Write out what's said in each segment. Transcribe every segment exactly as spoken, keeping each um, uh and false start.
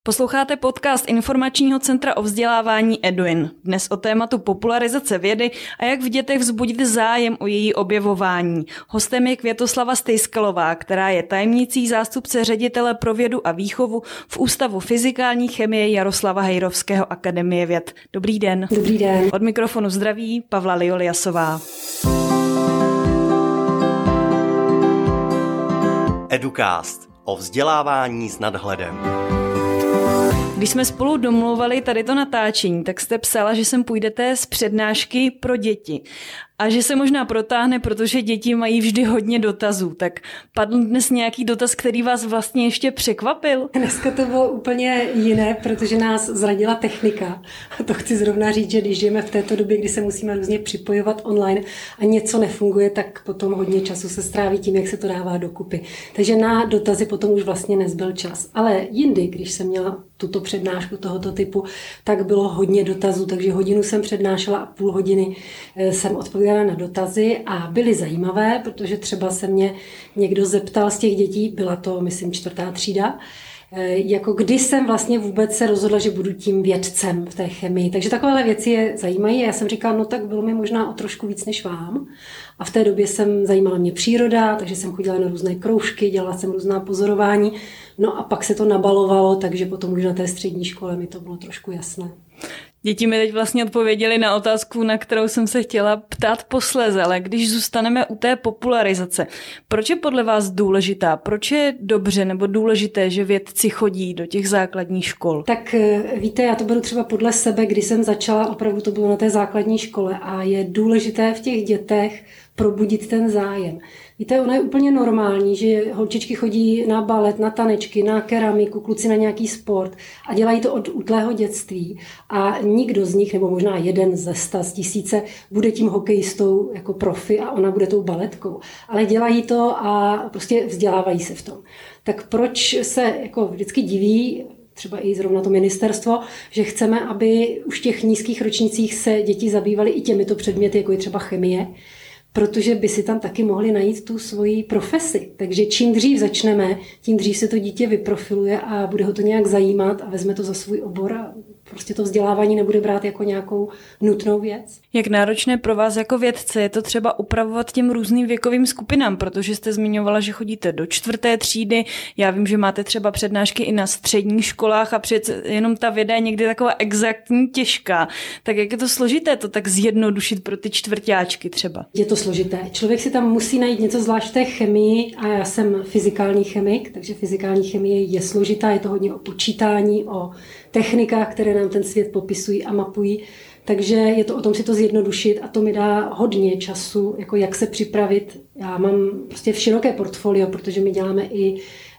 Posloucháte podcast Informačního centra o vzdělávání Eduin. Dnes o tématu popularizace vědy a jak v dětech vzbudit zájem o její objevování. Hostem je Květoslava Stejskalová, která je tajemnicí zástupce ředitele pro vědu a výchovu v Ústavu fyzikální chemie Jaroslava Hejrovského Akademie věd. Dobrý den. Dobrý den. Od mikrofonu zdraví Pavla Lioliasová. Educast o vzdělávání s nadhledem. Když jsme spolu domluvali tady to natáčení, tak jste psala, že sem půjdete z přednášky pro děti. A že se možná protáhne, protože děti mají vždy hodně dotazů. Tak padl dnes nějaký dotaz, který vás vlastně ještě překvapil? Dneska to bylo úplně jiné, protože nás zradila technika. A to chci zrovna říct, že když žijeme v této době, kdy se musíme různě připojovat online a něco nefunguje, tak potom hodně času se stráví tím, jak se to dává dokupy. Takže na dotazy potom už vlastně nezbyl čas. Ale jindy, když jsem měla tuto přednášku tohoto typu, tak bylo hodně dotazů, takže hodinu jsem přednášela a půl hodiny jsem odpověděla na dotazy a byly zajímavé, protože třeba se mě někdo zeptal z těch dětí, byla to, myslím, čtvrtá třída, jako kdy jsem vlastně vůbec se rozhodla, že budu tím vědcem v té chemii. Takže takovéhle věci je zajímají. Já jsem říkala, no tak bylo mi možná o trošku víc než vám. A v té době jsem zajímala mě příroda, takže jsem chodila na různé kroužky, dělala jsem různá pozorování. No a pak se to nabalovalo, takže potom už na té střední škole mi to bylo trošku jasné. Děti mi teď vlastně odpověděli na otázku, na kterou jsem se chtěla ptát posléze, ale když zůstaneme u té popularizace, proč je podle vás důležitá? Proč je dobře nebo důležité, že vědci chodí do těch základních škol? Tak víte, já to beru třeba podle sebe, když jsem začala, opravdu to bylo na té základní škole a je důležité v těch dětech probudit ten zájem. Víte, ono je úplně normální, že holčičky chodí na balet, na tanečky, na keramiku, kluci na nějaký sport a dělají to od útlého dětství a nikdo z nich, nebo možná jeden ze sta, z tisíce, bude tím hokejistou jako profi a ona bude tou baletkou. Ale dělají to a prostě vzdělávají se v tom. Tak proč se jako vždycky diví, třeba i zrovna to ministerstvo, že chceme, aby už v těch nízkých ročnících se děti zabývaly i těmito předměty, jako je třeba chemie, protože by si tam taky mohli najít tu svoji profesi. Takže čím dřív začneme, tím dřív se to dítě vyprofiluje a bude ho to nějak zajímat a vezme to za svůj obor a prostě to vzdělávání nebude brát jako nějakou nutnou věc. Jak náročné pro vás jako vědce je to třeba upravovat těm různým věkovým skupinám, protože jste zmiňovala, že chodíte do čtvrté třídy, já vím, že máte třeba přednášky i na středních školách a přece jenom ta věda je někdy taková exaktní, těžká. Tak jak je to složité to tak zjednodušit pro ty čtvrťáčky třeba? Je to složité. Člověk si tam musí najít něco zvlášť v té chemii a já jsem fyzikální chemik, takže fyzikální chemie je složitá, je to hodně o počítání, o technikách, které nám ten svět popisují a mapují. Takže je to o tom si to zjednodušit a to mi dá hodně času, jako jak se připravit. Já mám prostě v široké portfolio, protože my děláme i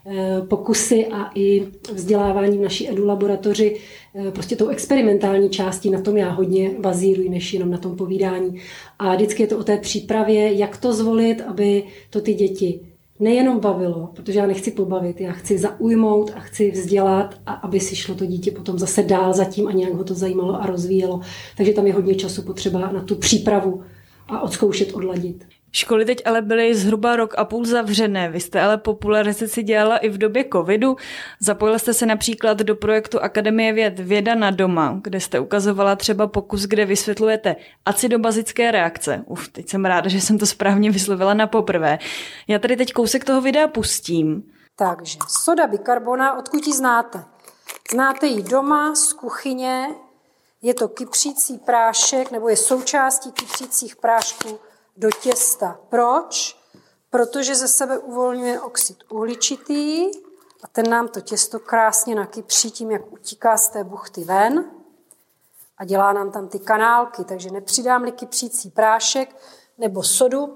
pokusy a i vzdělávání v naší edu laboratoři prostě tou experimentální částí, na tom já hodně bazíruji, než jenom na tom povídání. A vždycky je to o té přípravě, jak to zvolit, aby to ty děti nejenom bavilo, protože já nechci pobavit, já chci zaujmout a chci vzdělat a aby si šlo to dítě potom zase dál zatím a nějak ho to zajímalo a rozvíjelo. Takže tam je hodně času potřeba na tu přípravu a odzkoušet, odladit. Školy teď ale byly zhruba rok a půl zavřené. Vy jste ale popularizaci dělala i v době covidu. Zapojila jste se například do projektu Akademie věd Věda na doma, kde jste ukazovala třeba pokus, kde vysvětlujete acidobazické reakce. Uf, teď jsem ráda, že jsem to správně vyslovila na poprvé. Já tady teď kousek toho videa pustím. Takže soda bikarbona, odkud ji znáte? Znáte ji doma, z kuchyně, je to kypřící prášek, nebo je součástí kypřících prášků do těsta. Proč? Protože ze sebe uvolňuje oxid uhličitý a ten nám to těsto krásně nakypří tím, jak utíká z té buchty ven a dělá nám tam ty kanálky. Takže nepřidám-li kypřící prášek nebo sodu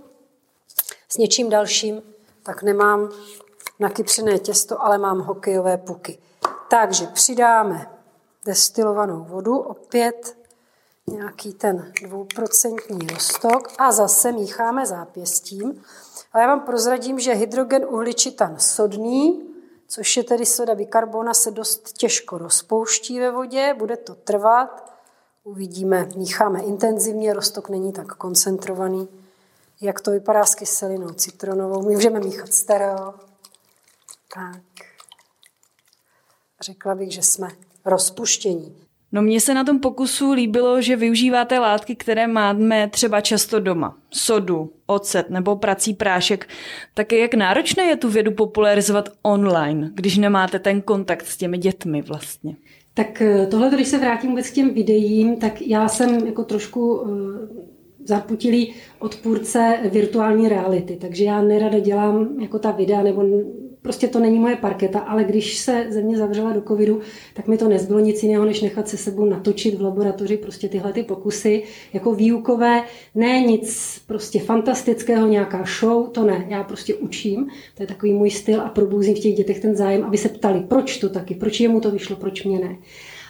s něčím dalším, tak nemám nakypřené těsto, ale mám hokejové puky. Takže přidáme destilovanou vodu, opět nějaký ten dvouprocentní roztok a zase mícháme zápěstím. Ale já vám prozradím, že hydrogen uhličitan sodný, což je tedy soda bikarbona, se dost těžko rozpouští ve vodě, bude to trvat. Uvidíme, mícháme intenzivně, roztok není tak koncentrovaný. Jak to vypadá s kyselinou citronovou? Můžeme míchat stereo. Tak. řekla bych, že jsme rozpuštění. No mně se na tom pokusu líbilo, že využíváte látky, které máme třeba často doma. Sodu, ocet nebo prací prášek. Také jak náročné je tu vědu popularizovat online, když nemáte ten kontakt s těmi dětmi vlastně? Tak tohle, když se vrátím vůbec k těm videím, tak já jsem jako trošku uh, zarputilý odpůrce virtuální reality, takže já nerada dělám jako ta videa, nebo prostě to není moje parketa, ale když se země zavřela do covidu, tak mi to nezbylo nic jiného, než nechat se sebou natočit v laboratoři prostě tyhle ty pokusy jako výukové, ne nic prostě fantastického, nějaká show, to ne, já prostě učím, to je takový můj styl a probouzím v těch dětech ten zájem, aby se ptali, proč to taky, proč jemu to vyšlo, proč mě ne.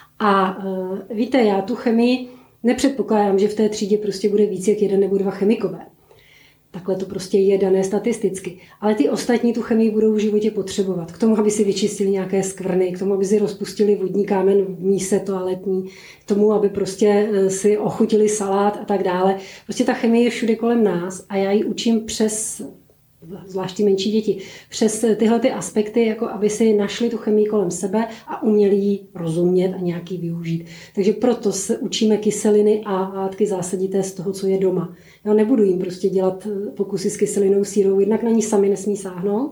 A uh, víte, já tu chemii nepředpokládám, že v té třídě prostě bude víc jak jeden nebo dva chemikové. Takhle to prostě je dané statisticky. Ale ty ostatní tu chemii budou v životě potřebovat. K tomu, aby si vyčistili nějaké skvrny, k tomu, aby si rozpustili vodní kámen v míse toaletní, k tomu, aby prostě si ochutili salát a tak dále. Prostě ta chemie je všude kolem nás a já ji učím přes, zvlášť ty menší děti, přes tyhle ty aspekty, jako aby si našli tu chemii kolem sebe a uměli ji rozumět a nějaký využít. Takže proto se učíme kyseliny a látky zásadité z toho, co je doma. Já nebudu jim prostě dělat pokusy s kyselinou sírou, jednak na ní sami nesmí sáhnout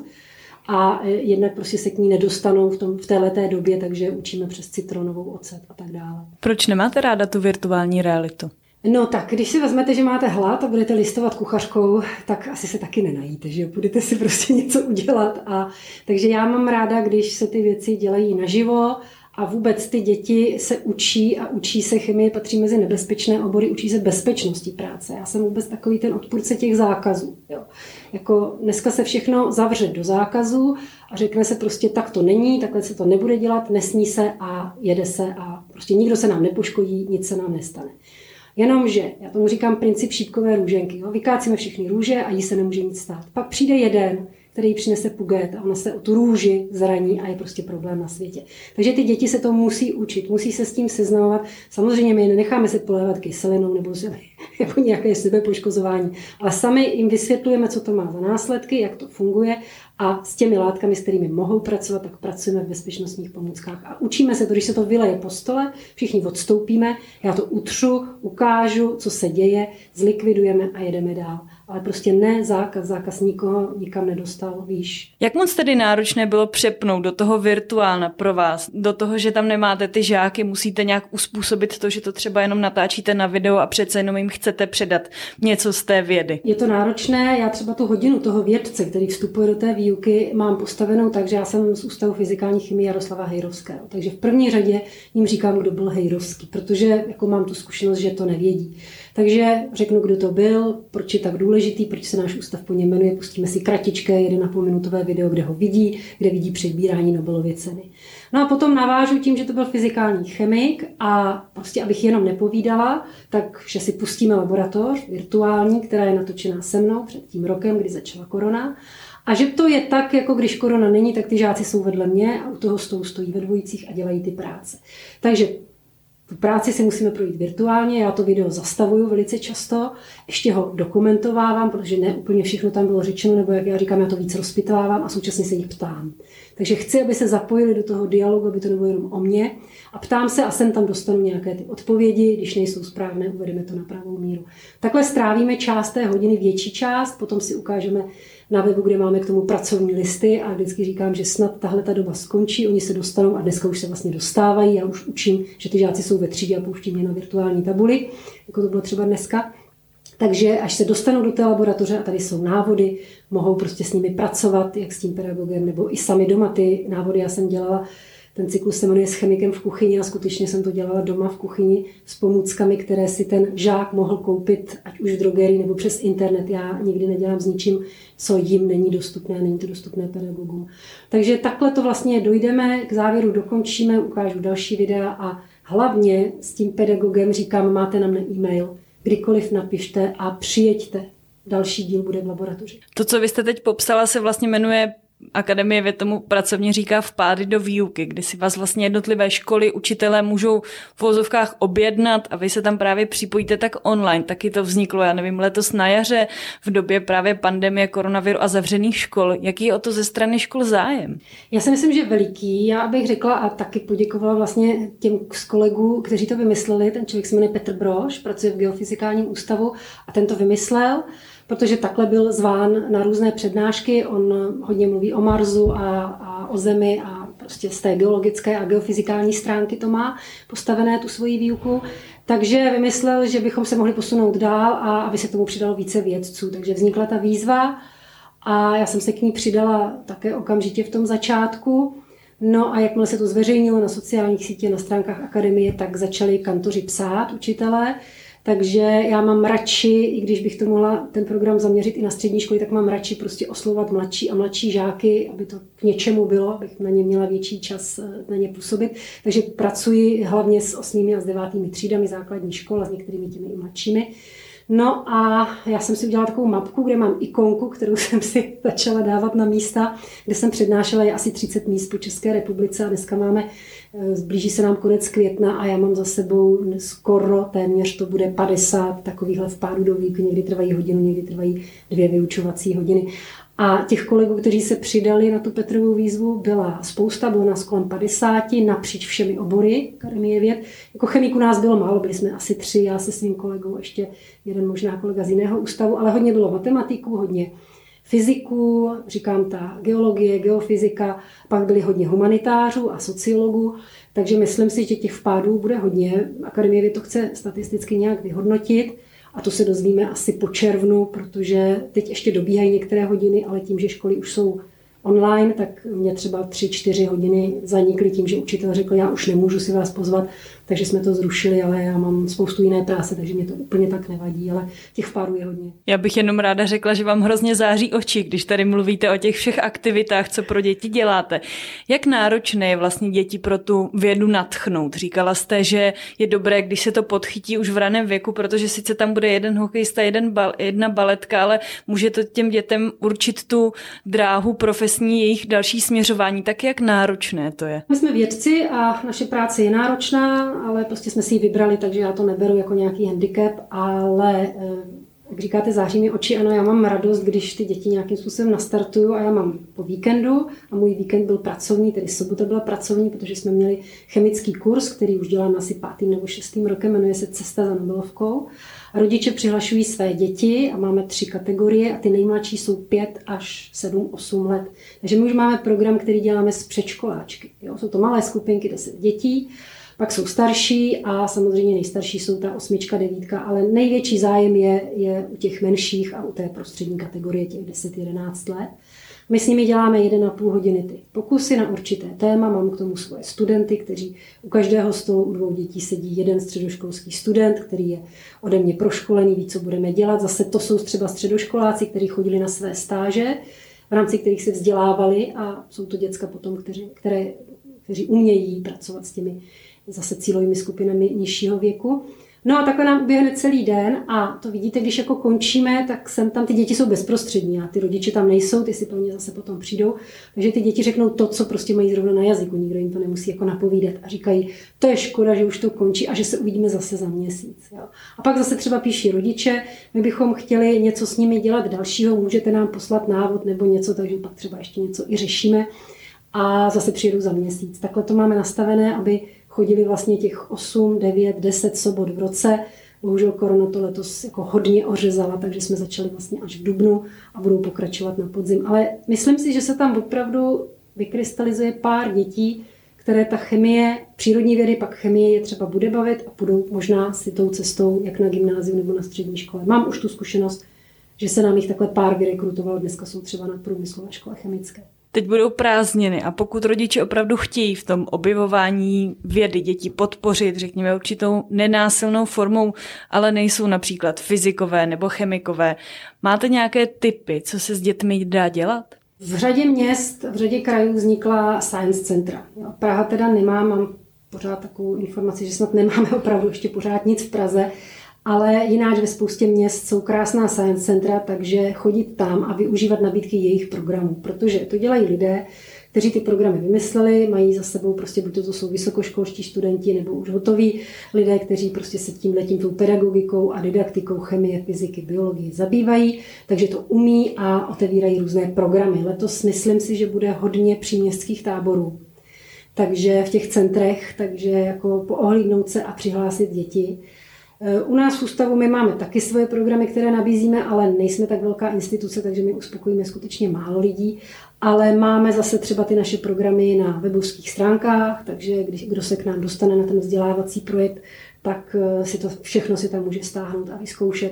a jednak prostě se k ní nedostanou v, tom, v téhleté době, takže učíme přes citronovou ocet a tak dále. Proč nemáte ráda tu virtuální realitu? No tak, když si vezmete, že máte hlad a budete listovat kuchařkou, tak asi se taky nenajíte, že jo? Budete si prostě něco udělat. A, takže já mám ráda, když se ty věci dělají naživo a vůbec ty děti se učí a učí se chemie, patří mezi nebezpečné obory, učí se bezpečnosti práce. Já jsem vůbec takový ten odpůrce těch zákazů. Jo. Jako dneska se všechno zavře do zákazu a řekne se prostě tak to není, takhle se to nebude dělat, nesmí se a jede se a prostě nikdo se nám nepoškodí, nic se nám nestane. Jenomže, já tomu říkám princip šípkové růženky. Jo? Vykácíme všechny růže a jí se nemůže nic stát. Pak přijde jeden, který přinese puget a ona se o tu růži zraní a je prostě problém na světě. Takže ty děti se to musí učit, musí se s tím seznamovat. Samozřejmě my nenecháme se polévat kyselinou nebo, se, nebo nějaké sebepoškozování, ale sami jim vysvětlujeme, co to má za následky, jak to funguje a s těmi látkami, s kterými mohou pracovat, tak pracujeme v bezpečnostních pomůckách. A učíme se to, když se to vyleje po stole, všichni odstoupíme, já to utřu, ukážu, co se děje, zlikvidujeme a jedeme dál. Ale prostě ne zákaz, zákaz nikoho nikam nedostal, víš. Jak moc tedy náročné bylo přepnout do toho virtuálna pro vás, do toho, že tam nemáte ty žáky, musíte nějak uspůsobit to, že to třeba jenom natáčíte na video a přece jenom jim chcete předat něco z té vědy? Je to náročné, já třeba tu hodinu toho vědce, který vstupuje do té výuky, mám postavenou tak, že já jsem z Ústavu fyzikální chemie Jaroslava Hejrovského. Takže v první řadě jim říkám, kdo byl Hejrovský, protože jako mám tu zkušenost, že to nevědí. Takže řeknu, kdo to byl, proč je tak důležitý, proč se náš ústav po něm jmenuje, pustíme si kratičké jeden a půl minutové video, kde ho vidí, kde vidí přebírání Nobelovy ceny. No a potom navážu tím, že to byl fyzikální chemik a prostě abych jenom nepovídala, takže si pustíme laboratoř virtuální, která je natočená se mnou před tím rokem, kdy začala korona. A že to je tak, jako když korona není, tak ty žáci jsou vedle mě a u toho stolu stojí ve dvojicích a dělají ty práce. Takže tu práci si musíme projít virtuálně, já to video zastavuju velice často, ještě ho dokumentovávám, protože ne úplně všechno tam bylo řečeno, nebo jak já říkám, já to víc rozpitvávám a současně se jich ptám. Takže chci, aby se zapojili do toho dialogu, aby to nebylo jenom o mně a ptám se a sem tam dostanu nějaké ty odpovědi, když nejsou správné, uvedeme to na pravou míru. Takhle strávíme část té hodiny, větší část, potom si ukážeme na webu, kde máme k tomu pracovní listy a vždycky říkám, že snad tahle ta doba skončí, oni se dostanou a dneska už se vlastně dostávají, já už učím, že ty žáci jsou ve třídě a pouští mě na virtuální tabuli, jako to bylo třeba dneska. Takže až se dostanou do té laboratoře a tady jsou návody, mohou prostě s nimi pracovat, jak s tím pedagogem, nebo i sami doma ty návody já jsem dělala. Ten cyklus se jmenuje S chemikem v kuchyni a skutečně jsem to dělala doma v kuchyni s pomůckami, které si ten žák mohl koupit, ať už v drogerii nebo přes internet. Já nikdy nedělám s ničím, co jim není dostupné, není to dostupné pedagogům. Takže takhle to vlastně dojdeme, k závěru dokončíme, ukážu další videa a hlavně s tím pedagogem říkám, máte nám na e-mail, kdykoliv napište a přijeďte. Další díl bude v laboratoři. To, co vy jste teď popsala, se vlastně jmenuje Akademie věd tomu pracovně říká vpády do výuky, kdy si vás vlastně jednotlivé školy, učitelé můžou v uvozovkách objednat a vy se tam právě připojíte tak online. Taky to vzniklo, já nevím, letos na jaře v době právě pandemie koronaviru a zavřených škol. Jaký je o to ze strany škol zájem? Já si myslím, že veliký. Já bych řekla a taky poděkovala vlastně těm z kolegů, kteří to vymysleli. Ten člověk se jmenuje Petr Brož, pracuje v Geofyzikálním ústavu a ten to vymyslel, protože takhle byl zván na různé přednášky. On hodně mluví o Marsu a, a o Zemi a prostě z té geologické a geofyzikální stránky to má postavené tu svoji výuku. Takže vymyslel, že bychom se mohli posunout dál a aby se k tomu přidalo více vědců. Takže vznikla ta výzva a já jsem se k ní přidala také okamžitě v tom začátku. No a jakmile se to zveřejnilo na sociálních sítích, na stránkách akademie, tak začali kantoři psát, učitelé. Takže já mám radši, i když bych to mohla ten program zaměřit i na střední školy, tak mám radši prostě oslovovat mladší a mladší žáky, aby to k něčemu bylo, abych na ně měla větší čas na ně působit. Takže pracuji hlavně s osmými a s devátými třídami základní škol a s některými těmi i mladšími. No a já jsem si udělala takovou mapku, kde mám ikonku, kterou jsem si začala dávat na místa, kde jsem přednášela, je asi třicet míst po České republice a dneska máme, blíží se nám konec května a já mám za sebou skoro téměř to bude padesát takovýchhle vpádů do výuky, někdy trvají hodinu, někdy trvají dvě vyučovací hodiny. A těch kolegů, kteří se přidali na tu Petrovou výzvu, byla spousta, bylo nás kolem padesáti napříč všemi obory Akademie věd. Jako chemiků nás bylo málo, byli jsme asi tři, já se svým kolegou, ještě jeden možná kolega z jiného ústavu, ale hodně bylo matematiků, hodně fyziků, říkám ta geologie, geofyzika, pak byli hodně humanitářů a sociologů, takže myslím si, že těch vpádů bude hodně. Akademie věd to chce statisticky nějak vyhodnotit. A to se dozvíme asi po červnu, protože teď ještě dobíhají některé hodiny, ale tím, že školy už jsou online, tak mě třeba tři, čtyři hodiny zanikly tím, že učitel řekl, já už nemůžu si vás pozvat, takže jsme to zrušili, ale já mám spoustu jiné práce, takže mě to úplně tak nevadí, ale těch vpádů je hodně. Já bych jenom ráda řekla, že vám hrozně září oči, když tady mluvíte o těch všech aktivitách, co pro děti děláte. Jak náročné je vlastně děti pro tu vědu nadchnout? Říkala jste, že je dobré, když se to podchytí už v raném věku, protože sice tam bude jeden hokejista, jeden bal, jedna baletka, ale může to těm dětem určit tu dráhu profesní, jejich další směřování. Tak jak náročné to je? My jsme vědci a naše práce je náročná, ale prostě jsme si ji vybrali, takže já to neberu jako nějaký handicap, ale jak říkáte, září mi oči, ano, já mám radost, když ty děti nějakým způsobem nastartuju a já mám po víkendu a můj víkend byl pracovní, tedy sobota byla pracovní, protože jsme měli chemický kurz, který už dělám asi pátým nebo šestým rokem, jmenuje se Cesta za Nobelovkou. A rodiče přihlašují své děti a máme tři kategorie a ty nejmladší jsou pět až sedm, osm let. Takže my už máme program, který děláme s předškoláčky. Jo? Jsou to malé skupinky, deset dětí, pak jsou starší a samozřejmě nejstarší jsou ta osmička, devítka, ale největší zájem je, je u těch menších a u té prostřední kategorie těch deset jedenáct let. My s nimi děláme jeden a půl hodiny ty pokusy na určité téma, mám k tomu svoje studenty, kteří u každého stolu u dvou dětí sedí jeden středoškolský student, který je ode mě proškolený, ví, co budeme dělat. Zase to jsou třeba středoškoláci, kteří chodili na své stáže, v rámci kterých se vzdělávali a jsou to děcka potom, kteří, které, kteří umějí pracovat s těmi zase cílovými skupinami nižšího věku. No a takhle nám uběhne celý den a to vidíte, když jako končíme, tak sem tam ty děti jsou bezprostřední a ty rodiče tam nejsou, ty si pro ně zase potom přijdou. Takže ty děti řeknou to, co prostě mají zrovna na jazyku, nikdo jim to nemusí jako napovídat a říkají, to je škoda, že už to končí a že se uvidíme zase za měsíc. Jo. A pak zase třeba píší rodiče, my bychom chtěli něco s nimi dělat dalšího, můžete nám poslat návod nebo něco, takže pak třeba ještě něco i řešíme a zase přijedou za měsíc. Takhle to máme nastavené, aby chodili vlastně těch osm, devět, deset sobot v roce. Bohužel korona to letos jako hodně ořezala, takže jsme začali vlastně až v dubnu a budou pokračovat na podzim. Ale myslím si, že se tam opravdu vykrystalizuje pár dětí, které ta chemie, přírodní vědy, pak chemie je třeba bude bavit a budou možná si tou cestou, jak na gymnáziu nebo na střední škole. Mám už tu zkušenost, že se nám jich takhle pár vyrekrutovalo, dneska jsou třeba na průmyslové škole chemické. Teď budou prázdniny a pokud rodiče opravdu chtějí v tom objevování vědy dětí podpořit, řekněme, určitou nenásilnou formou, ale nejsou například fyzikové nebo chemikové, máte nějaké tipy, co se s dětmi dá dělat? V řadě měst, v řadě krajů vznikla science centra. Praha teda nemá, mám pořád takovou informaci, že snad nemáme opravdu ještě pořád nic v Praze, ale jináč ve spoustě měst jsou krásná science centra, takže chodit tam a využívat nabídky jejich programů, protože to dělají lidé, kteří ty programy vymysleli, mají za sebou prostě, buď to, to jsou vysokoškolští studenti nebo už hotoví lidé, kteří prostě se tímhletím tou pedagogikou a didaktikou chemie, fyziky, biologie zabývají, takže to umí a otevírají různé programy. Letos myslím si, že bude hodně příměstských táborů, takže v těch centrech, takže jako poohlídnout se a přihlásit děti. U nás v ústavu my máme taky svoje programy, které nabízíme, ale nejsme tak velká instituce, takže my uspokojíme skutečně málo lidí. Ale máme zase třeba ty naše programy na webovských stránkách, takže když kdo se k nám dostane na ten vzdělávací projekt, tak si to všechno si tam může stáhnout a vyzkoušet.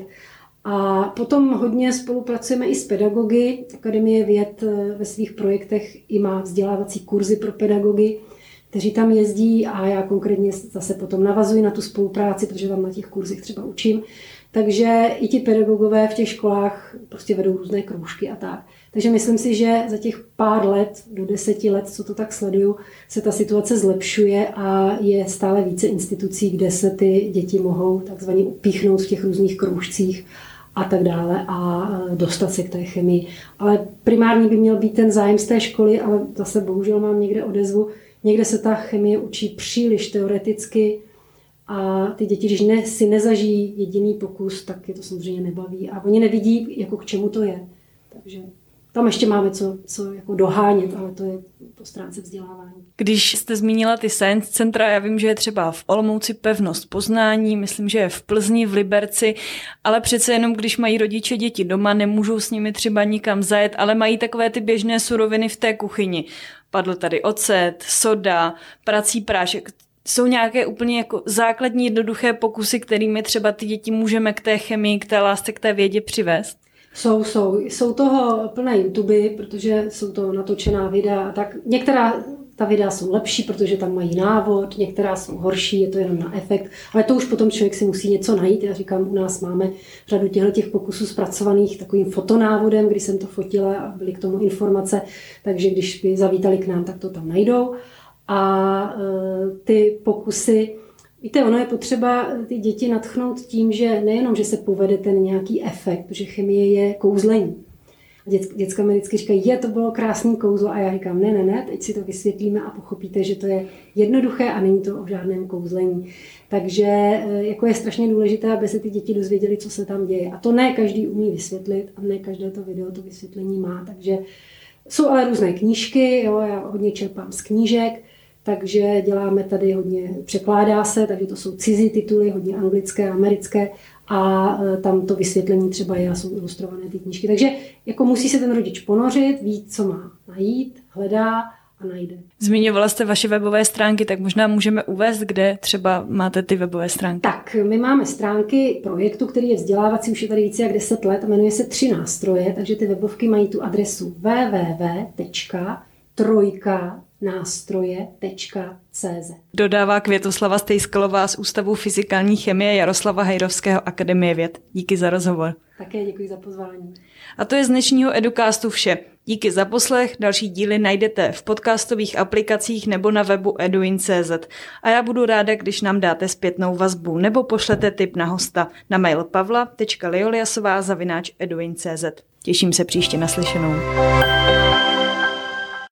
A potom hodně spolupracujeme i s pedagogy. Akademie věd ve svých projektech i má vzdělávací kurzy pro pedagogy, kteří tam jezdí a já konkrétně zase potom navazuji na tu spolupráci, protože tam na těch kurzech třeba učím. Takže i ti pedagogové v těch školách prostě vedou různé kroužky a tak. Takže myslím si, že za těch pár let, do deseti let, co to tak sleduju, se ta situace zlepšuje a je stále více institucí, kde se ty děti mohou takzvaně upíchnout v těch různých kroužcích a tak dále a dostat se k té chemii. Ale primární by měl být ten zájem z té školy, ale zase bohužel mám někde odezvu. Někde se ta chemie učí příliš teoreticky a ty děti, když ne, si nezažijí jediný pokus, tak je to samozřejmě nebaví a oni nevidí, jako k čemu to je. Takže tam ještě máme co, co jako dohánět, ale to je po stránce vzdělávání. Když jste zmínila ty science centra, já vím, že je třeba v Olomouci Pevnost Poznání, myslím, že je v Plzni, v Liberci, ale přece jenom, když mají rodiče děti doma, nemůžou s nimi třeba nikam zajet, ale mají takové ty běžné suroviny v té kuchyni. Padl tady ocet, soda, prací prášek. Jsou nějaké úplně jako základní jednoduché pokusy, kterými třeba ty děti můžeme k té chemii, k té lásce, k té vědě přivést? Jsou, jsou. Jsou toho plné YouTube, protože jsou to natočená videa. Tak některá ta videa jsou lepší, protože tam mají návod, některá jsou horší, je to jenom na efekt, ale to už potom člověk si musí něco najít. Já říkám, u nás máme řadu těchto pokusů zpracovaných takovým fotonávodem, kdy jsem to fotila a byly k tomu informace, takže když by zavítali k nám, tak to tam najdou. A e, ty pokusy, víte, ono je potřeba ty děti nadchnout tím, že nejenom, že se povede ten nějaký efekt, protože chemie je kouzlení. Dět, děcka mi vždycky říkají, je, to bylo krásný kouzlo a já říkám, ne, ne, ne, teď si to vysvětlíme a pochopíte, že to je jednoduché a není to o žádném kouzlení. Takže jako je strašně důležité, aby se ty děti dozvěděly, co se tam děje. A to ne každý umí vysvětlit a ne každé to video to vysvětlení má. Takže jsou ale různé knížky, jo, já hodně čerpám z knížek, takže děláme tady hodně, překládá se, takže to jsou cizí tituly, hodně anglické, americké a tam to vysvětlení třeba je a jsou ilustrované ty knížky. Takže jako musí se ten rodič ponořit, ví, co má najít, hledá a najde. Zmiňovala jste vaše webové stránky, tak možná můžeme uvést, kde třeba máte ty webové stránky. Tak, my máme stránky projektu, který je vzdělávací, už je tady více jak deset let a jmenuje se Tři nástroje, takže ty webovky mají tu adresu w w w tečka trojka nástroje tečka cé zet. Dodává Květoslava Stejskalová z Ústavu fyzikální chemie Jaroslava Hejrovského Akademie věd. Díky za rozhovor. Také děkuji za pozvání. A to je z dnešního Educastu vše. Díky za poslech, další díly najdete v podcastových aplikacích nebo na webu eduin tečka cé zet. A já budu ráda, když nám dáte zpětnou vazbu nebo pošlete tip na hosta na mail pavla tečka lioliasová zavináč eduin tečka cé zet. Těším se příště naslyšenou.